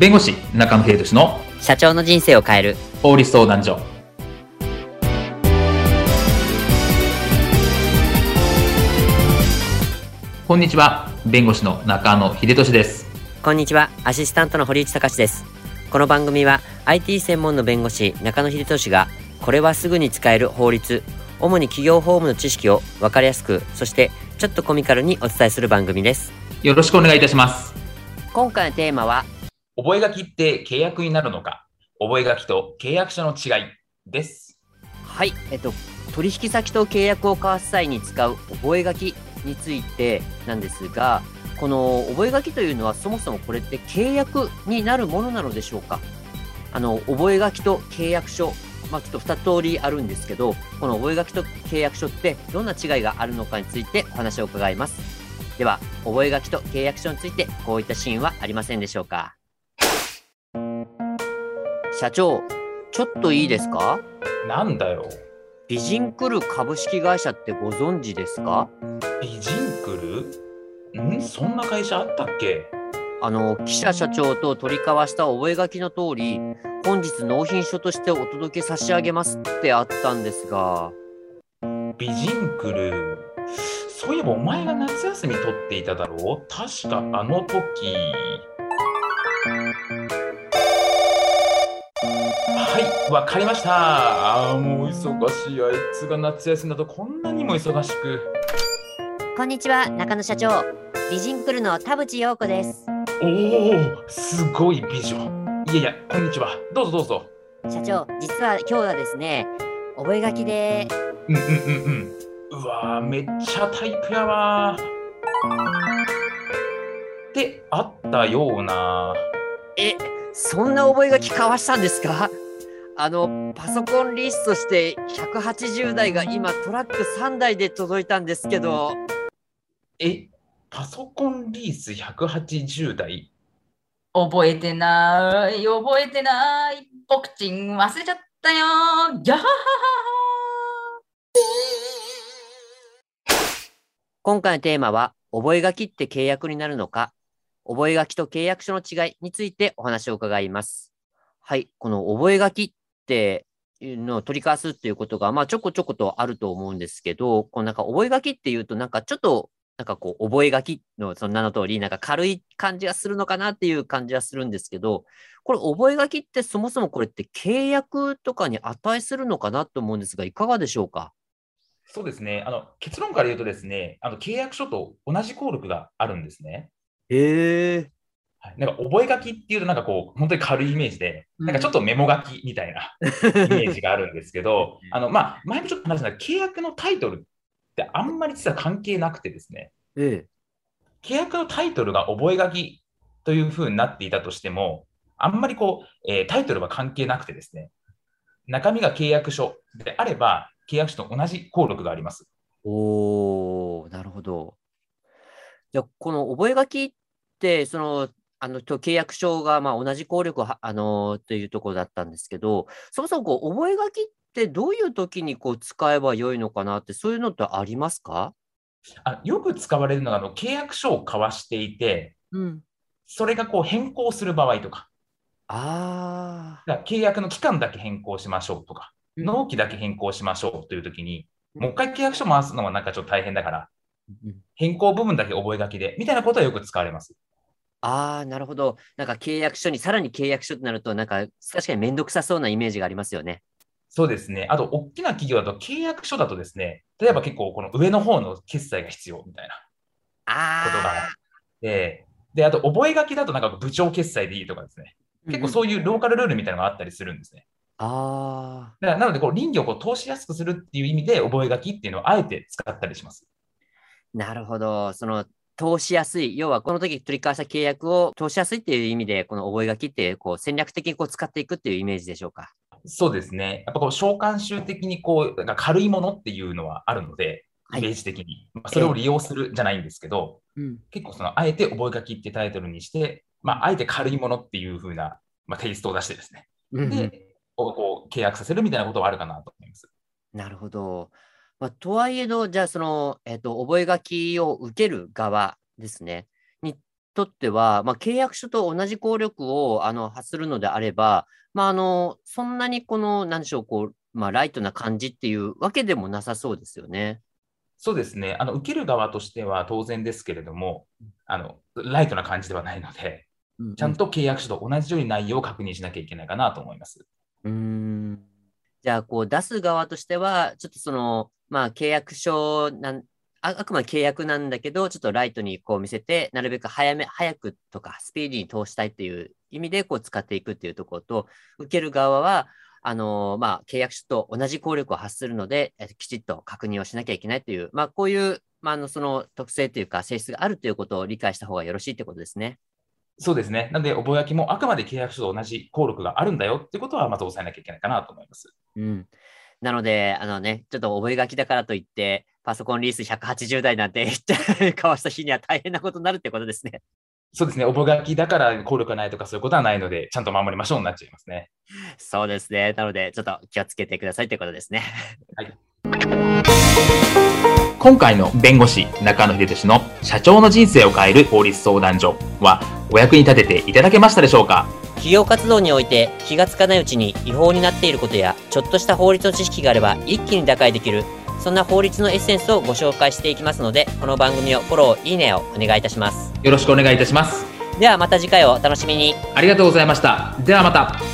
弁護士中野秀俊の社長の人生を変える法律相談所。こんにちは、弁護士の中野秀俊です。 こんにちは、アシスタントの堀内隆です。この番組は IT 専門の弁護士中野秀俊がこれはすぐに使える法律、主に企業法務の知識を分かりやすく、そしてちょっとコミカルにお伝えする番組です。 よろしくお願いいたします。 今回のテーマは、 覚書って契約になるのか、覚書と契約書の違いです。 はい、取引先と契約を交わす際に使う覚書についてなんですが、この覚書というのはそもそもこれって契約になるものなのでしょうか。覚書と契約書、ちょっと2通りあるんですけど、この覚書と契約書ってどんな違いがあるのかについてお話を伺います。では、覚書と契約書についてこういったシーンはありませんでしょうか。社長、ちょっといいですか？ なんだよ。 ビジンクル株式会社ってご存知ですか？ ビジンクル？そんな会社あったっけ？ 記者社長と取り交わした覚書の通り、本日納品書としてお届け差し上げますってあったんですが。 ビジンクル、そういえばお前が夏休み取っていただろう。確かあの時。はい、わかりました。もう忙しい。あいつが夏休みだとこんなにも忙しく。 こんにちは、中野社長。ビジンクルの田淵陽子です。 おお、すごい美女。いや、こんにちは。どうぞどうぞ。 社長、実は今日はですね、覚書で。 うわー、めっちゃタイプやわー。ってあったような。 そんな覚書交わしたんですか？パソコンリースとして180台が今トラック3台で届いたんですけど。 パソコンリース180台？ 覚えてない、僕ちん忘れちゃったよ。ギャハハハ今回のテーマは、覚書って契約になるのか、覚書と契約書の違いについてお話を伺います。はい、この覚書っていうのを取り交わすっていうことが、ちょこちょことあると思うんですけど、こう覚書っていうとちょっと覚書のその名の通り軽い感じがするのかなっていう感じはするんですけど、これ覚書ってそもそもこれって契約とかに値するのかなと思うんですが、いかがでしょうか？ そうですね。結論から言うとですね、契約書と同じ効力があるんですね。はい、覚書っていうと本当に軽いイメージで、ちょっとメモ書きみたいなイメージがあるんですけど、前もちょっと話した契約のタイトルってあんまり実は関係なくてですね、契約のタイトルが覚書という風になっていたとしても、あんまりタイトルは関係なくてですね、中身が契約書であれば、契約書と同じ効力があります。 なるほど。じゃあ、この覚書って、契約書が同じ効力をというところだったんですけど、そもそも覚書ってどういう時に使えば良いのかなって、そういうのってありますか？ よく使われるのが契約書を交わしていて、それが変更する場合とか、契約の期間だけ変更しましょうとか、納期だけ変更しましょうという時に、もう一回契約書回すのはちょっと大変だから、変更部分だけ覚書でみたいなことはよく使われます。 なるほど。契約書にさらに契約書となると確かにめんどくさそうなイメージがありますよね。 そうですね。あと、大きな企業だと契約書だとですね、例えば結構この上の方の決済が必要みたいなことがあって、で、あと覚書だと部長決済でいいとかですね。結構そういうローカルルールみたいなのがあったりするんですね。なので、倫理を通しやすくするっていう意味で、覚書っていうのをあえて使ったりします。 なるほど。通しやすい、要はこの時取り交わした契約を通しやすいっていう意味で、この覚書って戦略的に使っていくっていうイメージでしょうか。 そうですね。やっぱ召喚集的に軽いものっていうのはあるので、イメージ的に。それを利用するじゃないんですけど、結構あえて覚書ってタイトルにして、あえて軽いものっていう風な、テイストを出してですね。で、契約させるみたいなことはあるかなと思います。 なるほど。とはいえど、じゃあ覚書を受ける側ですね。にとっては、契約書と同じ効力を発するのであれば、そんなになんでしょう、ライトな感じっていうわけでもなさそうですよね。 そうですね。受ける側としては当然ですけれども、ライトな感じではないので、ちゃんと契約書と同じように内容を確認しなきゃいけないかなと思います。 じゃあ、出す側としては、ちょっと契約書あくまで契約なんだけど、ちょっとライトに見せて、なるべく早くとか、スピーディーに通したいっていう意味で使っていくっていうところと、受ける側は、契約書と同じ効力を発するので、きちっと確認をしなきゃいけないという、こういう、その特性というか、性質があるということを理解した方がよろしいってことですね。 そうですね。なので、覚書もあくまで契約書と同じ効力があるんだよってことは、まず押さえなきゃいけないかなと思います。 なので、ちょっと覚書だからといって、パソコンリース180台なんて交わした日には大変なことになるってことですね。 そうですね。覚書だから効力がないとかそういうことはないので、ちゃんと守りましょうになっちゃいますね。 そうですね。なので、ちょっと気をつけてくださいということですね。 はい。今回の弁護士中野秀俊の社長の人生を変える法律相談所はお役に立てていただけましたでしょうか。 企業活動において気がつかないうちに違法になっていることや、ちょっとした法律の知識があれば一気に打開できる、そんな法律のエッセンスをご紹介していきますので、この番組をフォロー、いいねをお願いいたします。 よろしくお願いいたします。 ではまた次回をお楽しみに。 ありがとうございました。ではまた。